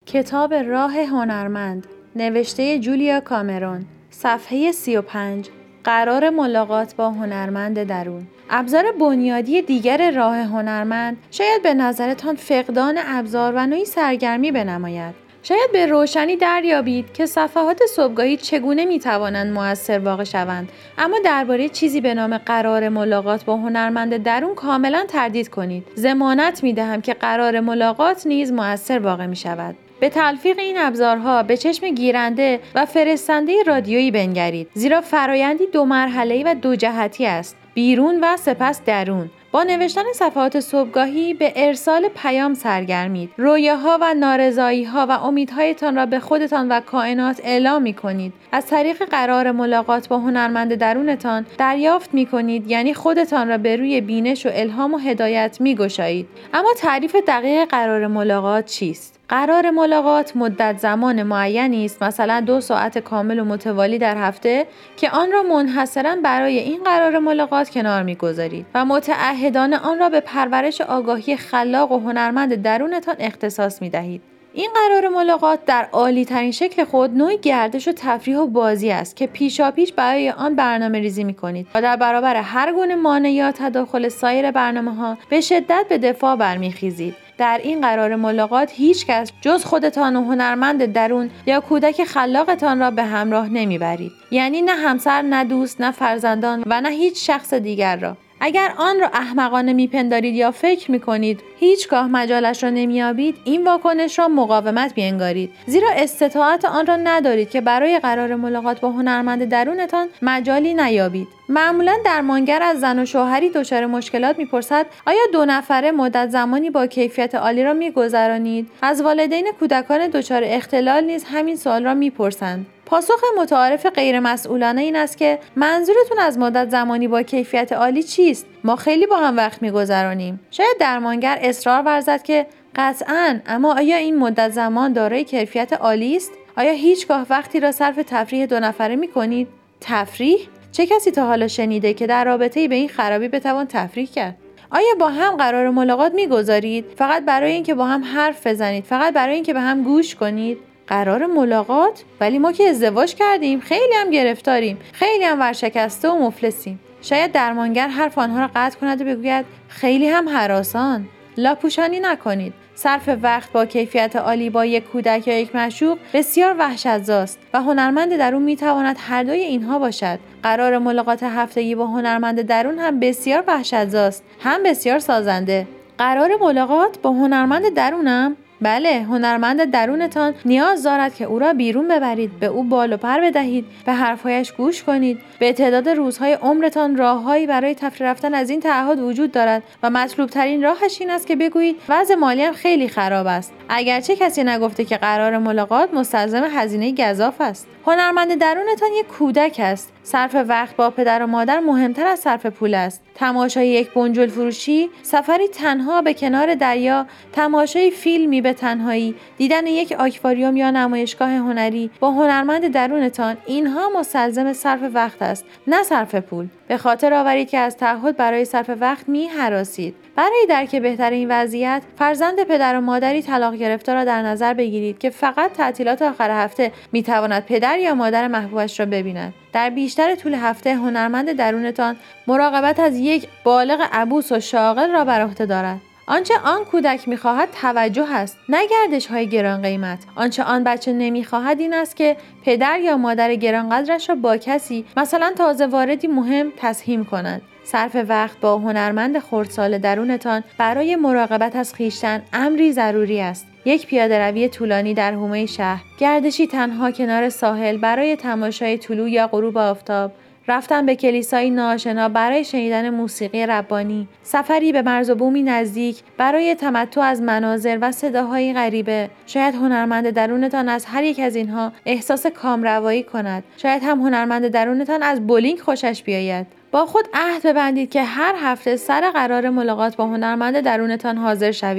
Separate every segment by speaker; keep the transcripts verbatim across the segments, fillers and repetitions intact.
Speaker 1: کتاب راه هنرمند، نوشته جولیا کامرون، صفحه سی و پنج. قرار ملاقات با هنرمند درون. ابزار بنیادی دیگر راه هنرمند شاید به نظرتان فقدان ابزار و نوعی سرگرمی بنماید. شاید به روشنی دریابید که صفحات صبحگاهی چگونه میتوانند مؤثر واقع شوند، اما درباره چیزی به نام قرار ملاقات با هنرمند درون کاملا تردید کنید. ضمانت میدهم که قرار ملاقات نیز مؤثر واقع میشود. به تلفیق این ابزارها به چشم گیرنده و فرستنده رادیویی بنگرید، زیرا فرایندی دو مرحله‌ای و دو جهتی است: بیرون و سپس درون. با نوشتن صفحات صبحگاهی به ارسال پیام سرگرمید. رویاها و نارضایی‌ها و امیدهایتان را به خودتان و کائنات اعلام می‌کنید. از طریق قرار ملاقات با هنرمند درونتان دریافت می‌کنید، یعنی خودتان را به روی بینش و الهام و هدایت می‌گشایید. اما تعریف دقیق قرار ملاقات چیست؟ قرار ملاقات مدت زمان معینی است، مثلا دو ساعت کامل و متوالی در هفته، که آن را منحصراً برای این قرار ملاقات کنار می‌گذارید و متعهدانه آن را به پرورش آگاهی خلاق و هنرمند درونتان اختصاص می‌دهید. این قرار ملاقات در عالی ترین شکل خود نوعی گردش و تفریح و بازی است که پیشاپیش برای آن برنامه ریزی می کنید و در برابر هر گونه مانع یا تداخل سایر برنامه ها به شدت به دفاع برمیخیزید. در این قرار ملاقات هیچ کس جز خودتان و هنرمند درون یا کودک خلاقتان را به همراه نمیبرید، یعنی نه همسر، نه دوست، نه فرزندان و نه هیچ شخص دیگر را. اگر آن را احمقانه میپندارید یا فکر میکنید هیچگاه مجالش را نمیابید، این واکنش را مقاومت بینگارید، زیرا استطاعت آن را ندارید که برای قرار ملاقات با هنرمند درونتان مجالی نیابید. معمولا درمانگر از زن و شوهری دچار مشکلات میپرسد آیا دو نفره مدت زمانی با کیفیت عالی را میگذرانید؟ از والدین کودکان دچار اختلال نیز همین سوال را میپرسند. پاسخ متعارف غیر مسئولانه این است که منظورتون از مدت زمانی با کیفیت عالی چیست؟ ما خیلی با هم وقت میگذرانیم. شاید درمانگر اصرار ورزد که قطعاً، اما آیا این مدت زمان دارای کیفیت عالی است؟ آیا هیچگاه وقتی را صرف تفریح دو نفره میکنید؟ تفریح؟ چه کسی تا حالا شنیده که در رابطه‌ای به این خرابی بتوان تفریح کرد؟ آیا با هم قرار ملاقات میگذارید فقط برای اینکه با هم حرف بزنید، فقط برای اینکه به هم گوش کنید؟ قرار ملاقات؟ ولی ما که ازدواج کردیم، خیلی هم گرفتاریم، خیلی هم ورشکسته و مفلسیم. شاید درمانگر حرف آنها را قطع کند و بگوید خیلی هم هراسان. لاپوشانی نکنید. صرف وقت با کیفیت عالی با یک کودک یا یک معشوق بسیار وحشت‌زاست و هنرمند درون میتواند هر دوی اینها باشد. قرار ملاقات هفتگی با هنرمند درون هم بسیار وحشت‌زاست، هم بسیار سازنده. قرار ملاقات با هنرمند درونم؟ بله، هنرمند درونتان نیاز دارد که او را بیرون ببرید، به او بال و پر بدهید، به حرفهایش گوش کنید. به تعداد روزهای عمرتان راههایی برای تفریح رفتن از این تعهد وجود دارد و مطلوب ترین راهش این است که بگویید وضع مالیم خیلی خراب است، اگرچه کسی نگفته که قرار ملاقات مستلزم هزینه گزاف است. هنرمند درونتان یک کودک است. صرف وقت با پدر و مادر مهمتر از صرف پول است. تماشای یک بنجل فروشی، سفری تنها به کنار دریا، تماشای فیلمی به تنهایی، دیدن یک آکواریوم یا نمایشگاه هنری با هنرمند درونتان، اینها مستلزم صرف وقت است، نه صرف پول. به خاطر آورید که از تعهد برای صرف وقت می هراسید. برای درک بهتر این وضعیت، فرزند پدر و مادری طلاق گرفته را در نظر بگیرید که فقط تعطیلات آخر هفته می تواند پدر یا مادر محبوبش را ببیند. در بیشتر طول هفته هنرمند درونتان مراقبت از یک بالغ عبوس و شاغل را بر عهده دارد. آنچه آن کودک می‌خواهد توجه است، نه گردش‌های گران قیمت. آنچه آن بچه نمی‌خواهد این است که پدر یا مادر گرانقدرش را با کسی، مثلا تازه واردی مهم، تسهیم کند. صرف وقت با هنرمند خردسال درونتان برای مراقبت از خویشتن امری ضروری است. یک پیاده روی طولانی در حومه شهر، گردشی تنها کنار ساحل برای تماشای طلوع یا غروب آفتاب، رفتن به کلیسایی ناآشنا برای شنیدن موسیقی ربانی، سفری به مرز و بومی نزدیک برای تمتع از مناظر و صداهای غریبه. شاید هنرمند درونتان از هر یک از اینها احساس کامروایی کند. شاید هم هنرمند درونتان از بولینگ خوشش بیاید. با خود عهد ببندید که هر هفته سر قرار ملاقات با هنرمند درونتان حاضر شوید.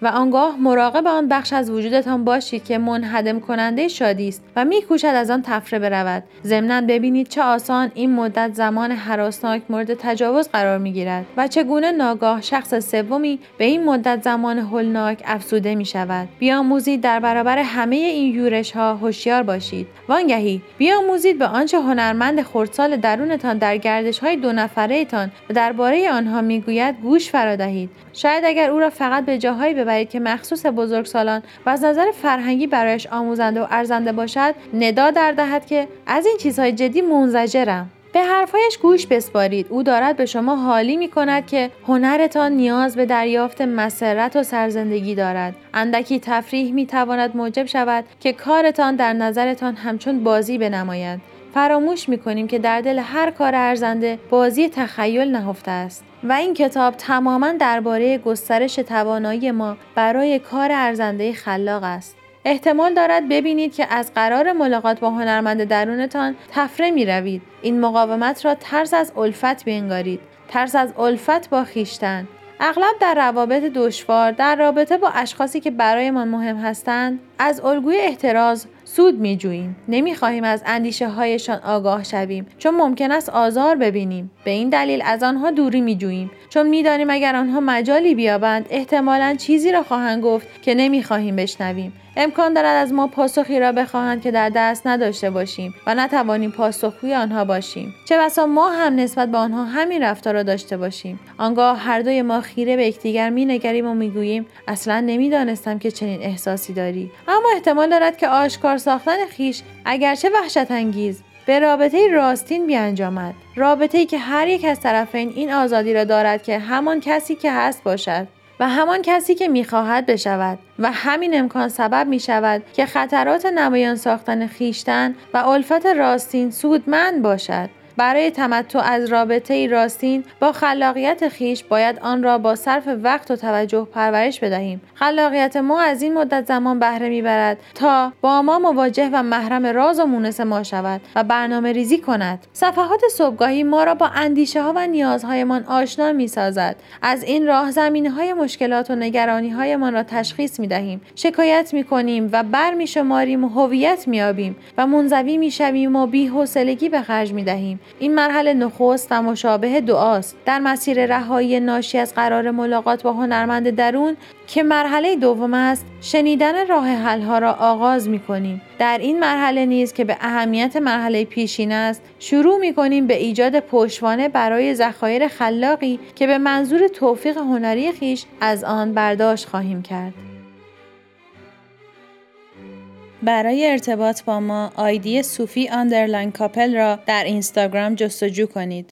Speaker 1: و آنگاه مراقب آن بخش از وجودتان باشید که منهدم کننده شادی است و می‌کوشد از آن تفره برود. ضمناً ببینید چه آسان این مدت زمان هراسناک مورد تجاوز قرار می‌گیرد و چگونه ناگاه شخص سومی به این مدت زمان هولناک افزوده می‌شود. بیاموزید در برابر همه این یورش‌ها هوشیار باشید. وانگهی بیاموزید به آنچه هنرمند خردسال درونتان در گردش‌های دو نفره‌تان و درباره آنها میگوید گوش فرا دهید. شاید اگر او را فقط به جاهایی ببرید که مخصوص بزرگسالان و از نظر فرهنگی برایش آموزنده و ارزنده باشد، ندا در دهد که از این چیزهای جدی منزجرم. به حرفایش گوش بسپارید. او دارد به شما حالی می کند که هنرتان نیاز به دریافت مسرت و سرزندگی دارد. اندکی تفریح می تواند موجب شود که کارتان در نظرتان همچون بازی بنماید. فراموش می کنیم که در دل هر کار ارزنده بازی تخیل نهفته است. و این کتاب تماماً درباره گسترش توانایی ما برای کار ارزنده خلاق است. احتمال دارد ببینید که از قرار ملاقات با هنرمند درونتان تفره می روید. این مقاومت را ترس از الفت بنگارید. ترس از الفت با خویشتن. اغلب در روابط دشوار، در رابطه با اشخاصی که برایمان مهم هستند، از الگوی احتراز سود می جوییم. نمی خواهیم از اندیشه هایشان آگاه شویم چون ممکن است آزار ببینیم. به این دلیل از آنها دوری می جوییم چون می دانیم اگر آنها مجالی بیابند احتمالاً چیزی را خواهند گفت که نمی خواهیم بشنویم. امکان دارد از ما پاسخی را بخواهند که در دست نداشته باشیم و نتوانیم پاسخگوی آنها باشیم. چه بسا ما هم نسبت به آنها همین رفتار را داشته باشیم. آنگاه هر دوی ما خیره به یکدیگر می‌نگریم و می‌گوییم اصلاً نمی‌دانستم که چنین احساسی داری. اما احتمال دارد که آشکار ساختن خویش اگرچه وحشت انگیز به رابطه راستین بیانجامد. رابطه‌ای که هر یک از طرفین این آزادی را دارد که همان کسی که هست باشد و همان کسی که می‌خواهد بشود و همین امکان سبب می‌شود که خطرات نمایان ساختن خویشتن و الفت راستین سودمند باشد. برای تمتع از رابطه راستین با خلاقیت خویش باید آن را با صرف وقت و توجه پرورش بدهیم. خلاقیت ما از این مدت زمان بهره میبرد تا با ما مواجه و محرم راز و مونس ما شود و برنامه ریزی کند. صفحات صبحگاهی ما را با اندیشه ها و نیازهایمان آشنا میسازد. از این راه زمینه‌های مشکلات و نگرانی‌هایمان را تشخیص میدهیم. شکایت میکنیم و برمیشماریم و هویت میابیم و منزوی میشویم و بی‌حوصلگی به خرج میدهیم. این مرحله نخست و مشابه دعاست. در مسیر رهایی ناشی از قرار ملاقات با هنرمند درون که مرحله دوم است، شنیدن راه حل‌ها را آغاز می‌کنیم. در این مرحله نیز که به اهمیت مرحله پیشین است، شروع می‌کنیم به ایجاد پشتوانه برای ذخایر خلاقی که به منظور توفیق هنری خویش از آن برداشت خواهیم کرد. برای ارتباط با ما آیدی صوفی آندرلاین کاپل را در اینستاگرام جستجو کنید.